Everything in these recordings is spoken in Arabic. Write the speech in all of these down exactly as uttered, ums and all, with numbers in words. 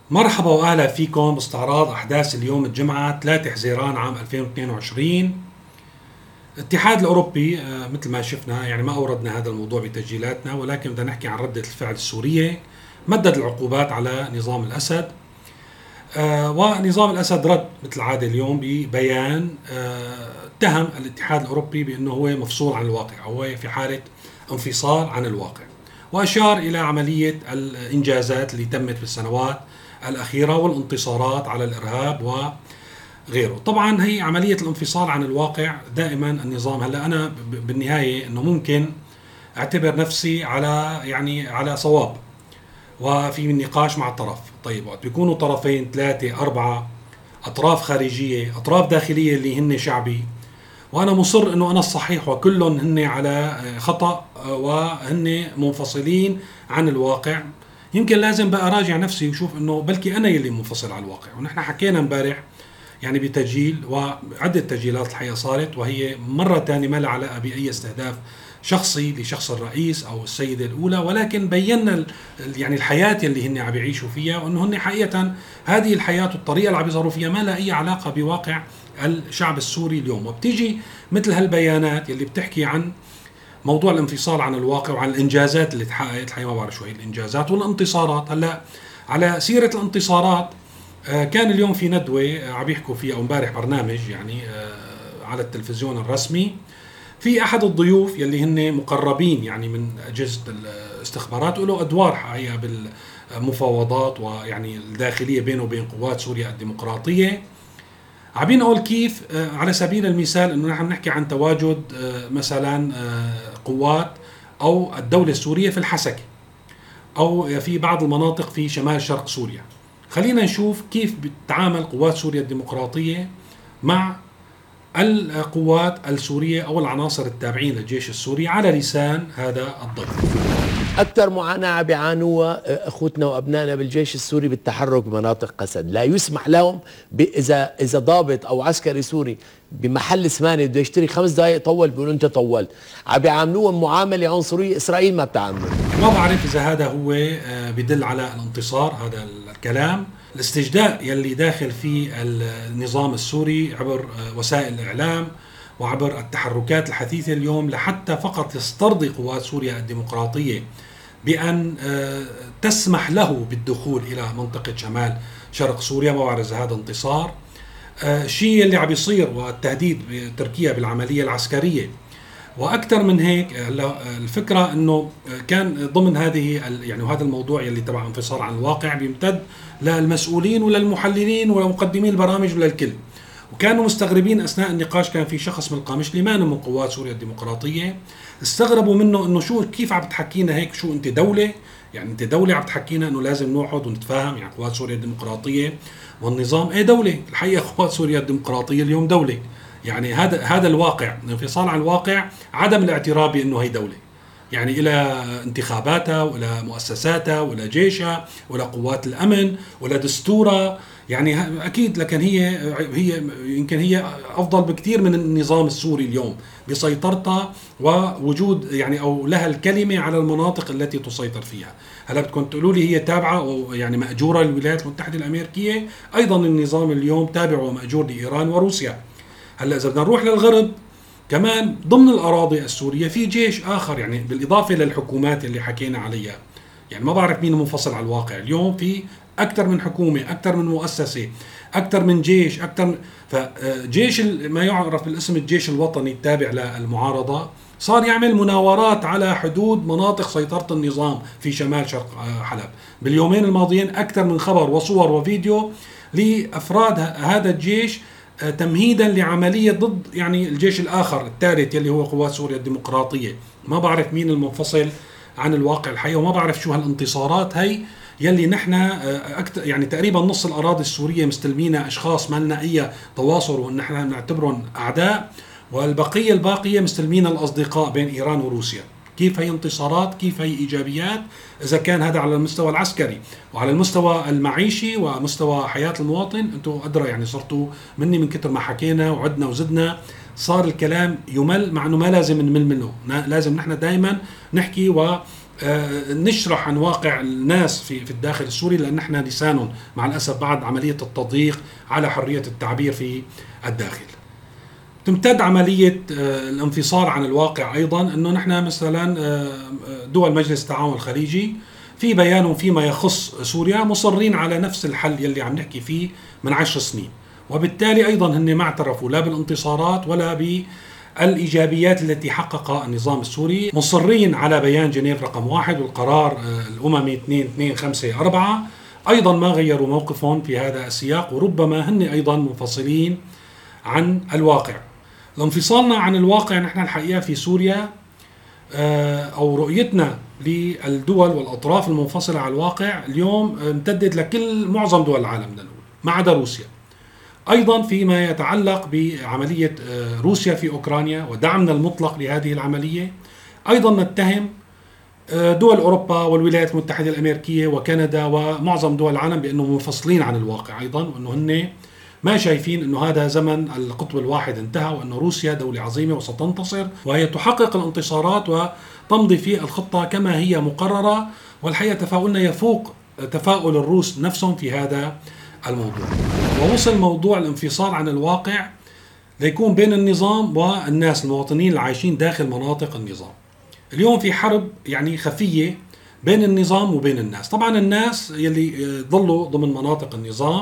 مرحبا واهلا فيكم باستعراض احداث اليوم الجمعه ثلاثة حزيران عام ألفين واثنين وعشرين. الاتحاد الاوروبي آه، مثل ما شفنا يعني ما اوردنا هذا الموضوع بتسجيلاتنا، ولكن بدنا نحكي عن رده الفعل السوريه. مدد العقوبات على نظام الاسد، آه، ونظام الاسد رد مثل العاده اليوم ببيان آه، اتهم الاتحاد الاوروبي بانه هو مفصول عن الواقع، هو في حاله انفصال عن الواقع، واشار الى عمليه الانجازات اللي تمت في السنوات الأخيرة والانتصارات على الإرهاب وغيره. طبعا هي عملية الانفصال عن الواقع دائما النظام. هلا أنا بالنهاية أنه ممكن أعتبر نفسي على يعني على صواب وفي نقاش مع الطرف. طيب وقت بيكونوا طرفين ثلاثة أربعة أطراف خارجية أطراف داخلية اللي هن شعبي، وأنا مصر أنه أنا الصحيح وكلهم هن على خطأ وهن منفصلين عن الواقع، يمكن لازم بقى اراجع نفسي وشوف انه بلكي انا يلي منفصل على الواقع. ونحن حكينا امبارح يعني بتسجيل وعدة تسجيلات الحقيقه صارت، وهي مره ثانيه ما لها علاقه باي استهداف شخصي لشخص الرئيس او السيده الاولى، ولكن بينا يعني الحياه اللي هن عم يعيشوا فيها، وانه هن حقيقه هذه الحياه والطريقه اللي عم يظهروا فيها ما لها اي علاقه بواقع الشعب السوري اليوم. وبتيجي مثل هالبيانات اللي بتحكي عن موضوع الانفصال عن الواقع وعن الانجازات اللي تحققت. الحقيقه ما بعرف شو هي الانجازات والانتصارات. هلا على سيره الانتصارات، كان اليوم في ندوه عم يحكوا فيها او امبارح برنامج يعني على التلفزيون الرسمي، في احد الضيوف يلي هن مقربين يعني من اجهزه الاستخبارات وله ادوار حقيقه بالمفاوضات ويعني الداخليه بينه وبين قوات سوريا الديمقراطيه. عم نقول كيف على سبيل المثال انه نحن نحكي عن تواجد مثلا قوات او الدوله السوريه في الحسكه او في بعض المناطق في شمال شرق سوريا. خلينا نشوف كيف بتتعامل قوات سوريا الديمقراطيه مع القوات السوريه او العناصر التابعين للجيش السوري على لسان هذا الضيف. أكثر معاناة بيعانوها أخوتنا وأبنائنا بالجيش السوري بالتحرك بمناطق قسد. لا يسمح لهم إذا إذا ضابط أو عسكري سوري بمحل ثمانية بده يشتري خمس دقائق طول بيقولوا أنت طولت. عم بيعاملوهم معاملة عنصرية إسرائيل ما بتعامله. ما بعرف إذا هذا هو بدل على الانتصار هذا الكلام. الاستجداء يلي داخل في النظام السوري عبر وسائل الإعلام وعبر التحركات الحثيثة اليوم لحتى فقط يسترضي قوات سوريا الديمقراطية بأن تسمح له بالدخول إلى منطقة شمال شرق سوريا. ما بعرف إذا هذا انتصار. الشيء اللي عم يصير والتهديد بتركيا بالعملية العسكرية واكثر من هيك. الفكره انه كان ضمن هذه يعني وهذا الموضوع يلي تبع انفصال عن الواقع بيمتد للمسؤولين وللمحللين ولمقدمين البرامج وللكل، وكانوا مستغربين اثناء النقاش. كان في شخص من القامشلي ما من قوات سوريا الديمقراطيه استغربوا منه انه شو كيف عم تحكينا هيك، شو انت دوله؟ يعني انت دوله عم تحكينا انه لازم نوحد ونتفاهم؟ يعني قوات سوريا الديمقراطيه والنظام ايه دوله؟ الحقيقه قوات سوريا الديمقراطيه اليوم دوله. يعني هذا هذا الواقع، الانفصال عن الواقع، عدم الاعتراف بانه هي دوله، يعني الى انتخاباتها والى مؤسساتها والى جيشها والى قوات الامن والى دستورها. يعني اكيد، لكن هي هي يمكن هي افضل بكثير من النظام السوري اليوم بسيطرتها ووجود يعني او لها الكلمه على المناطق التي تسيطر فيها. هلا بدكم تقولوا لي هي تابعه او يعني ماجوره للولايات المتحده الامريكيه؟ ايضا النظام اليوم تابع وماجور لايران وروسيا. هلا اذا بدنا نروح للغرب كمان ضمن الاراضي السوريه في جيش اخر، يعني بالاضافه للحكومات اللي حكينا عليها. يعني ما بعرف مين منفصل على الواقع اليوم. في اكثر من حكومه، اكثر من مؤسسه، اكثر من جيش، اكثر فجيش ما يعرف بالاسم الجيش الوطني التابع للمعارضه صار يعمل مناورات على حدود مناطق سيطره النظام في شمال شرق حلب. باليومين الماضيين اكثر من خبر وصور وفيديو لافراد هذا الجيش تمهيدا لعملية ضد يعني الجيش الآخر الثالث يلي هو قوات سوريا الديمقراطية. ما بعرف مين المنفصل عن الواقع الحقيقة، وما بعرف شو هالانتصارات هي يلي نحن أكتر يعني تقريبا نص الأراضي السورية مستلمينها أشخاص ما لنا أي تواصل وإن نحن نعتبرهم أعداء، والبقية الباقية مستلمينها الأصدقاء بين إيران وروسيا. كيف هي انتصارات؟ كيف هي إيجابيات؟ إذا كان هذا على المستوى العسكري وعلى المستوى المعيشي ومستوى حياة المواطن، أنتم أدرى يعني صرتوا مني من كتر ما حكينا وعدنا وزدنا صار الكلام يمل، مع أنه ما لازم نمل منه. لازم نحن دائما نحكي و نشرح عن واقع الناس في في الداخل السوري، لأن احنا لسان مع الأسف بعد عملية التضييق على حرية التعبير في الداخل. تمتد عملية الانفصال عن الواقع أيضا، أنه نحن مثلا دول مجلس التعاون الخليجي في بيانهم فيما يخص سوريا مصرين على نفس الحل يلي عم نحكي فيه من عشر سنين، وبالتالي أيضا هن ما اعترفوا لا بالانتصارات ولا بالإيجابيات التي حققها النظام السوري، مصرين على بيان جنيف رقم واحد والقرار الأممي اثنين اثنين خمسة أربعة، أيضا ما غيروا موقفهم في هذا السياق، وربما هن أيضا منفصلين عن الواقع. الانفصالنا عن الواقع نحن الحقيقة في سوريا أو رؤيتنا للدول والأطراف المنفصلة عن الواقع اليوم امتدت لكل معظم دول العالم ما عدا روسيا. أيضا فيما يتعلق بعملية روسيا في أوكرانيا ودعمنا المطلق لهذه العملية، أيضا نتهم دول أوروبا والولايات المتحدة الأمريكية وكندا ومعظم دول العالم بأنهم منفصلين عن الواقع أيضا، وأنه هن ما شايفين أنه هذا زمن القطب الواحد انتهى، وأنه روسيا دولة عظيمة وستنتصر وهي تحقق الانتصارات وتمضي في الخطة كما هي مقررة. والحقيقة تفاؤلنا يفوق تفاؤل الروس نفسهم في هذا الموضوع. ووصل موضوع الانفصال عن الواقع ليكون بين النظام والناس المواطنين اللي عايشين داخل مناطق النظام. اليوم في حرب يعني خفية بين النظام وبين الناس. طبعا الناس يلي ظلوا ضمن مناطق النظام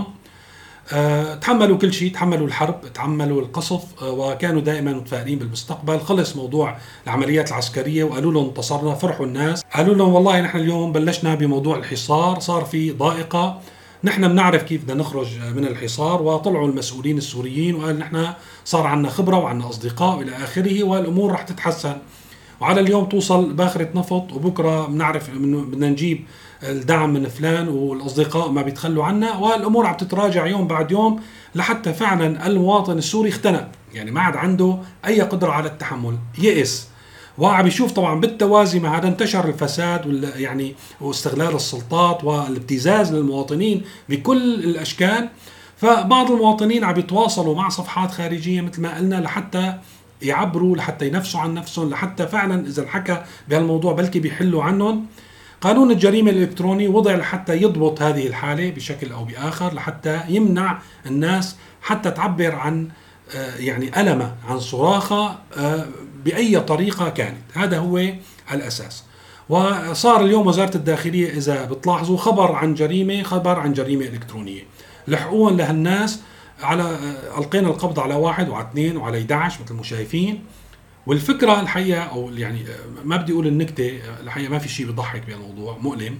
أه تحملوا كل شيء، تحملوا الحرب، تحملوا القصف، أه وكانوا دائما متفائلين بالمستقبل. خلص موضوع العمليات العسكرية وقالوا لهم انتصرنا، فرحوا الناس، قالوا لهم والله نحن اليوم بلشنا بموضوع الحصار، صار في ضائقة، نحن بنعرف كيف بدنا نخرج من الحصار. وطلعوا المسؤولين السوريين وقال نحن صار عنا خبرة وعنا أصدقاء إلى آخره والأمور رح تتحسن. وعلى اليوم توصل باخرة نفط وبكرة بنعرف بدنا نجيب الدعم من فلان والأصدقاء ما بيتخلوا عنا، والأمور عم تتراجع يوم بعد يوم لحتى فعلا المواطن السوري اختنق، يعني ما عاد عنده أي قدرة على التحمل، يئس. وعم يشوف طبعا بالتوازي مع هذا انتشر الفساد يعني واستغلال السلطات والابتزاز للمواطنين بكل الأشكال. فبعض المواطنين عم يتواصلوا مع صفحات خارجية مثل ما قلنا لحتى يعبروا، لحتى ينفسوا عن نفسهم، لحتى فعلا إذا الحكى بهالموضوع بلكي بيحلوا عنهم. قانون الجريمة الإلكتروني وضع لحتى يضبط هذه الحالة بشكل أو بآخر، لحتى يمنع الناس حتى تعبر عن يعني ألمة، عن صراخة بأي طريقة كانت. هذا هو الأساس. وصار اليوم وزارة الداخلية إذا بتلاحظوا خبر عن جريمة خبر عن جريمة إلكترونية، لحقوها لهالناس، على ألقينا القبض على واحد وعلى اثنين وعلى إحدى عشر مثل ما شايفين. والفكرة الحقيقة أو يعني ما بدي أقول النكتة، الحقيقة ما في شيء بيضحك بهالموضوع، مؤلم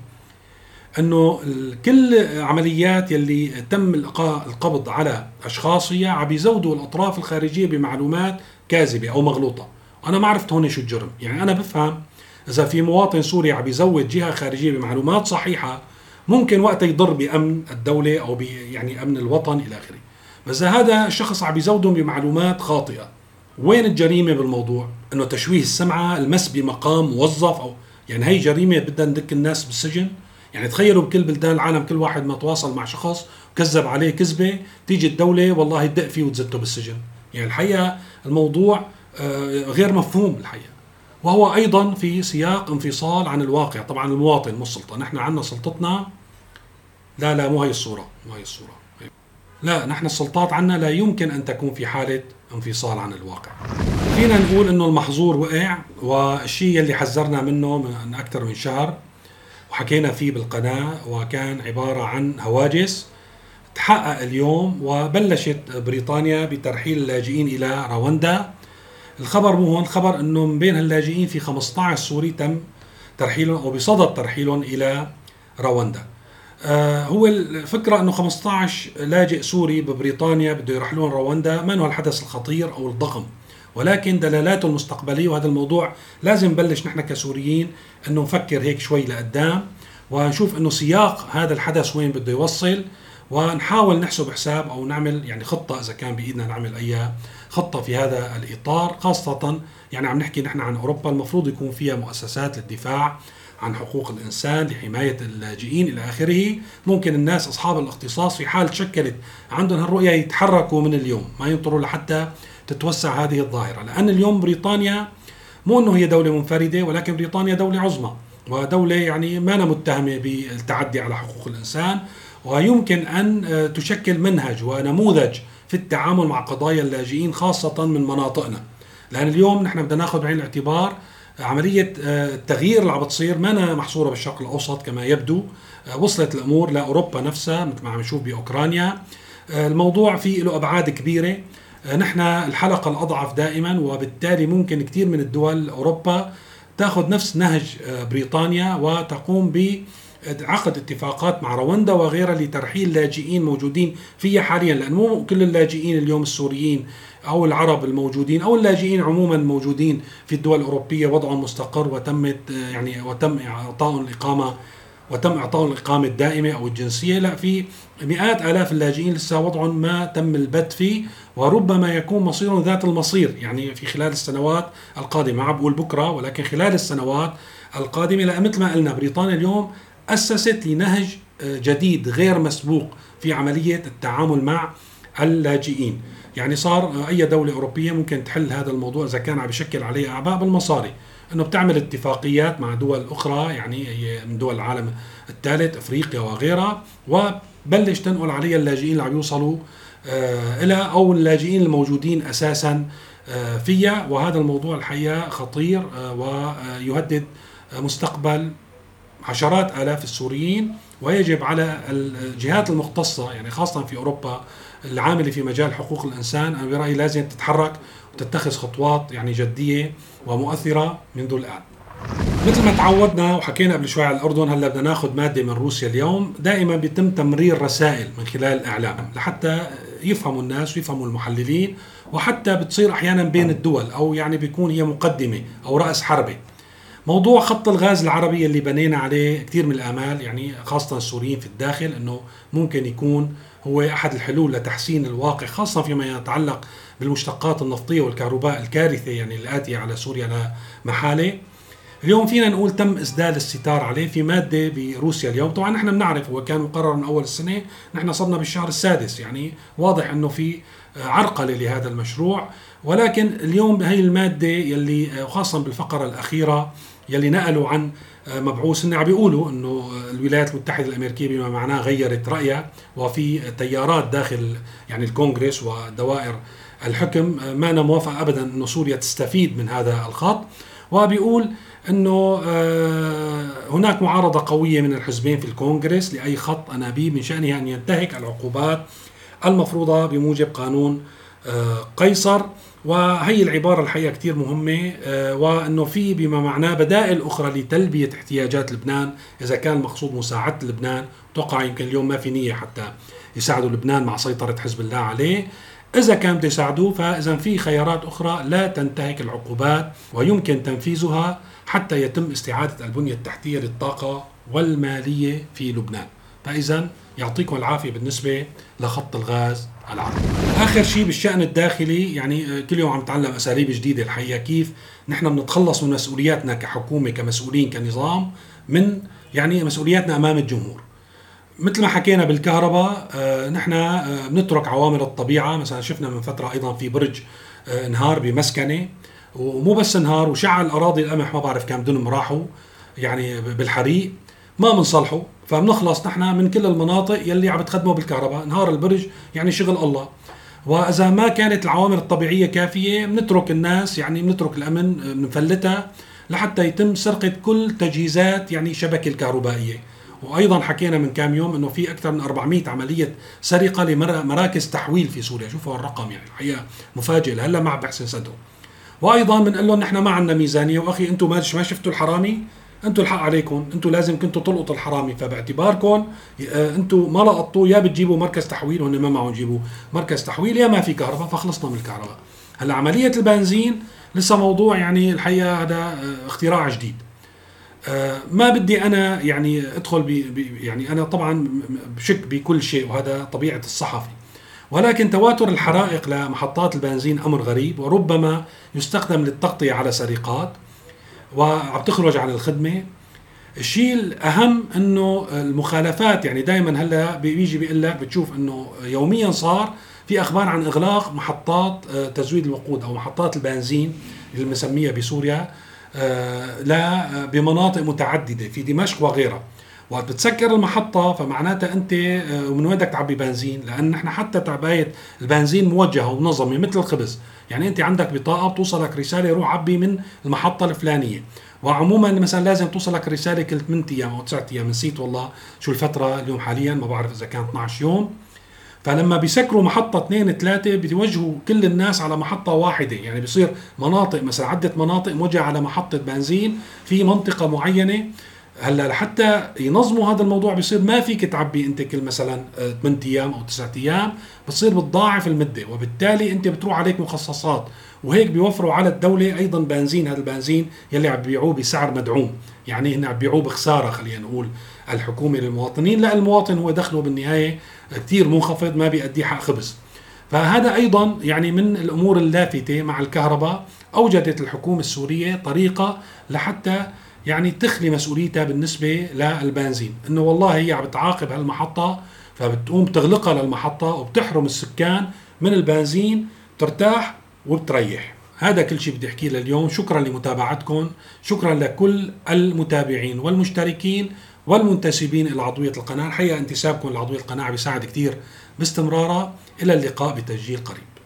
انه كل عمليات يلي تم القاء القبض على اشخاص هي عم يزودوا الاطراف الخارجيه بمعلومات كاذبه او مغلوطه. انا ما عرفت هون شو الجرم، يعني انا بفهم اذا في مواطن سوري عم يزود جهه خارجيه بمعلومات صحيحه ممكن وقتها يضر بامن الدوله او يعني امن الوطن الى اخره، بس هذا الشخص عم يزودهم بمعلومات خاطئه. وين الجريمه بالموضوع؟ انه تشويه السمعه، المس بمقام موظف، او يعني هي جريمه بدنا ندك الناس بالسجن. يعني تخيلوا بكل بلدان العالم كل واحد ما تواصل مع شخص وكذب عليه كذبة تيجي الدولة والله تدق فيه وتزته بالسجن. يعني الحقيقة الموضوع غير مفهوم الحقيقة، وهو أيضا في سياق انفصال عن الواقع. طبعا المواطن مش سلطة، نحن عنا سلطتنا، لا لا مو هي الصورة، مو هي الصورة، لا نحن السلطات عنا لا يمكن أن تكون في حالة انفصال عن الواقع. فينا نقول إنه المحظور وقع، والشيء اللي حذرنا منه من أكثر من شهر وحكينا فيه بالقناة، وكان عبارة عن هواجس تحقق اليوم. وبلشت بريطانيا بترحيل اللاجئين إلى رواندا. الخبر مو هون، الخبر أنه من بين هاللاجئين في خمسة عشر سوري تم ترحيلهم أو بصدد ترحيلهم إلى رواندا. آه هو الفكرة أنه خمسة عشر لاجئ سوري ببريطانيا بده يرحلون رواندا ما هو الحدث الخطير أو الضخم، ولكن دلالاته المستقبلية. وهذا الموضوع لازم نبلش نحن كسوريين أنه نفكر هيك شوي لقدام ونشوف أنه سياق هذا الحدث وين بده يوصل، ونحاول نحسب حساب أو نعمل يعني خطة إذا كان بإيدنا نعمل أي خطة في هذا الإطار. خاصة يعني عم نحكي نحن عن أوروبا، المفروض يكون فيها مؤسسات للدفاع عن حقوق الإنسان، لحماية اللاجئين إلى آخره. ممكن الناس أصحاب الاختصاص في حال تشكلت عندهم هالرؤية يتحركوا من اليوم، ما ينطروا لحتى تتوسع هذه الظاهرة. لأن اليوم بريطانيا مو أنه هي دولة منفردة، ولكن بريطانيا دولة عظمى، ودولة يعني ما متهمة بالتعدي على حقوق الإنسان، ويمكن أن تشكل منهج ونموذج في التعامل مع قضايا اللاجئين خاصة من مناطقنا. لأن اليوم نحن بدنا ناخذ بعين الاعتبار عملية التغيير اللي عم بتصير ما محصورة بالشرق الأوسط كما يبدو، وصلت الأمور لأوروبا نفسها مثل ما عم نشوف بأوكرانيا. الموضوع فيه له أبعاد كبيرة، نحن الحلقة الأضعف دائما، وبالتالي ممكن كثير من الدول أوروبا تأخذ نفس نهج بريطانيا وتقوم بعقد اتفاقات مع رواندا وغيرها لترحيل لاجئين موجودين فيها حاليا، لأن مو كل اللاجئين اليوم السوريين أو العرب الموجودين أو اللاجئين عموما موجودين في الدول الأوروبية وضعهم مستقر وتمت يعني وتم إعطائهم الإقامة وتم إعطائهم الإقامة الدائمة أو الجنسية. لا، في مئات آلاف اللاجئين لسه وضعهم ما تم البت فيه، وربما يكون مصيرهم ذات المصير يعني في خلال السنوات القادمة. ما بقول بكرة، ولكن خلال السنوات القادمة. لا، مثل ما قلنا بريطانيا اليوم أسست لنهج جديد غير مسبوق في عملية التعامل مع اللاجئين. يعني صار أي دولة أوروبية ممكن تحل هذا الموضوع إذا كان عم بشكل عليه أعباء بالمصاري، انه بتعمل اتفاقيات مع دول اخرى يعني هي من دول العالم الثالث افريقيا وغيرها، وبلش تنقل عليها اللاجئين اللي عم يوصلوا آه الى او اللاجئين الموجودين اساسا آه فيها. وهذا الموضوع الحقيقه خطير آه ويهدد مستقبل عشرات آلاف السوريين، ويجب على الجهات المختصة يعني خاصة في أوروبا العاملة في مجال حقوق الإنسان أنا برأيي لازم تتحرك وتتخذ خطوات يعني جدية ومؤثرة منذ الآن. مثل ما تعودنا وحكينا قبل شوي على الأردن، هلا بدنا ناخذ مادة من روسيا اليوم. دائما بيتم تمرير رسائل من خلال الإعلام لحتى يفهموا الناس ويفهموا المحللين، وحتى بتصير أحيانا بين الدول أو يعني بيكون هي مقدمة أو رأس حربة. موضوع خط الغاز العربي اللي بنينا عليه كثير من الآمال يعني خاصة السوريين في الداخل أنه ممكن يكون هو أحد الحلول لتحسين الواقع، خاصة فيما يتعلق بالمشتقات النفطية والكهرباء الكارثة يعني الآتية على سوريا لا محالة. اليوم فينا نقول تم إسدال الستار عليه في مادة بروسيا اليوم. طبعا نحن بنعرف هو كان مقرر من أول السنة، نحن صرنا بالشهر السادس، يعني واضح أنه في عرقلة لهذا المشروع. ولكن اليوم هي المادة يلي خاصة بالفقرة الأخيرة يلي نقلوا عن مبعوث إن عم بيقولوا إنه الولايات المتحدة الأمريكية بما معناه غيرت رأيها، وفي تيارات داخل يعني الكونغرس ودوائر الحكم ما أنا موافق أبدا إنه سوريا تستفيد من هذا الخط. وبيقول إنه هناك معارضة قوية من الحزبين في الكونغرس لأي خط أنابيب من شأنها أن ينتهك العقوبات المفروضة بموجب قانون قيصر. وهي العبارة الحقيقة كتير مهمة، وأنه في بما معناه بدائل أخرى لتلبية احتياجات لبنان إذا كان المقصود مساعدة لبنان. توقع يمكن اليوم ما في نية حتى يساعدوا لبنان مع سيطرة حزب الله عليه. إذا كانوا يساعدوه فإذا في خيارات أخرى لا تنتهك العقوبات ويمكن تنفيذها حتى يتم استعادة البنية التحتية للطاقة والمالية في لبنان. فإذا يعطيكم العافية بالنسبة لخط الغاز العربي. آخر شيء بالشأن الداخلي، يعني كل يوم عم نتعلم أساليب جديدة الحقيقة كيف نحن بنتخلص من مسؤولياتنا كحكومة كمسؤولين كنظام، من يعني مسؤولياتنا أمام الجمهور. مثل ما حكينا بالكهرباء آه نحن آه بنترك عوامل الطبيعة. مثلا شفنا من فترة أيضا في برج آه انهار بمسكنة، ومو بس انهار وشعل الأراضي القمح ما بعرف كم دنم راحوا يعني بالحريق، ما بنصلحه. فبنخلص نحن من كل المناطق يلي عم بتخدموا بالكهرباء. انهار البرج يعني شغل الله، وإذا ما كانت العوامل الطبيعية كافية بنترك الناس يعني بنترك الأمن بنفلتها لحتى يتم سرقة كل تجهيزات يعني شبكة الكهربائية. وأيضا حكينا من كام يوم أنه في أكثر من أربعمئة عملية سرقة لمراكز تحويل في سوريا. شوفوا الرقم يعني الحقيقة مفاجئ، هلا ما عم بحسن صدقه. وأيضا بنقول لهم نحن ما عندنا ميزانية، وأخي أنتم ما شفتوا الحرامي، انتوا الحق عليكم، انتوا لازم كنتوا تلقطوا الحرامي. فباعتباركم انتوا ما لقطوه يا بتجيبوا مركز تحويل، وهن ما معهم يجيبوا مركز تحويل، يا ما في كهرباء فخلصنا من الكهرباء. هلا عملية البنزين لسه موضوع يعني الحقيقة هذا اختراع جديد. ما بدي انا يعني ادخل ب يعني انا طبعا بشك بكل شيء وهذا طبيعة الصحفي، ولكن تواتر الحرائق لمحطات البنزين امر غريب، وربما يستخدم للتغطية على سرقات وعم تخرج عن الخدمة. الشيء الأهم أنه المخالفات يعني دائما هلا بيجي بيقول لك بتشوف أنه يوميا صار في أخبار عن إغلاق محطات تزويد الوقود أو محطات البنزين اللي بنسميها بسوريا لا بمناطق متعددة في دمشق وغيرها. وقت بتسكر المحطة فمعناتها أنت من وين بدك تعبي بنزين؟ لأن نحن حتى تعباية البنزين موجهة ومنظمة مثل الخبز، يعني أنت عندك بطاقة بتوصلك رسالة روح عبي من المحطة الفلانية. وعموما مثلا لازم توصلك رسالة كل ثمانية أيام أو تسعة أيام، نسيت والله شو الفترة اليوم حاليا، ما بعرف إذا كان اثني عشر يوم. فلما بيسكروا محطة اثنين ثلاثة بيوجهوا كل الناس على محطة واحدة، يعني بيصير مناطق مثلا عدة مناطق موجهة على محطة بنزين في منطقة معينة. هلا لحتى ينظموا هذا الموضوع بيصير ما فيك تعبي انت كل مثلا ثمانية ايام او تسعة ايام، بتصير بتضاعف المده، وبالتالي انت بتروح عليك مخصصات، وهيك بيوفروا على الدوله ايضا بنزين. هذا البنزين يلي عم بيبيعوه بسعر مدعوم، يعني هن عم بيبيعوه بخساره خلينا نقول الحكومه للمواطنين، لا المواطن هو دخله بالنهايه كثير منخفض ما بيأدي حق خبز. فهذا ايضا يعني من الامور اللافته مع الكهرباء. اوجدت الحكومه السوريه طريقه لحتى يعني تخلي مسؤوليتها بالنسبة للبنزين، انه والله هي عم بتعاقب هالمحطة فبتقوم تغلقها للمحطة وبتحرم السكان من البنزين، ترتاح وبتريح. هذا كل شيء بدي احكيه لليوم. شكرا لمتابعتكم، شكرا لكل المتابعين والمشتركين والمنتسبين الى عضوية القناة. الحقيقة انتسابكم لعضوية القناة بيساعد كثير باستمرارها. الى اللقاء بتسجيل قريب.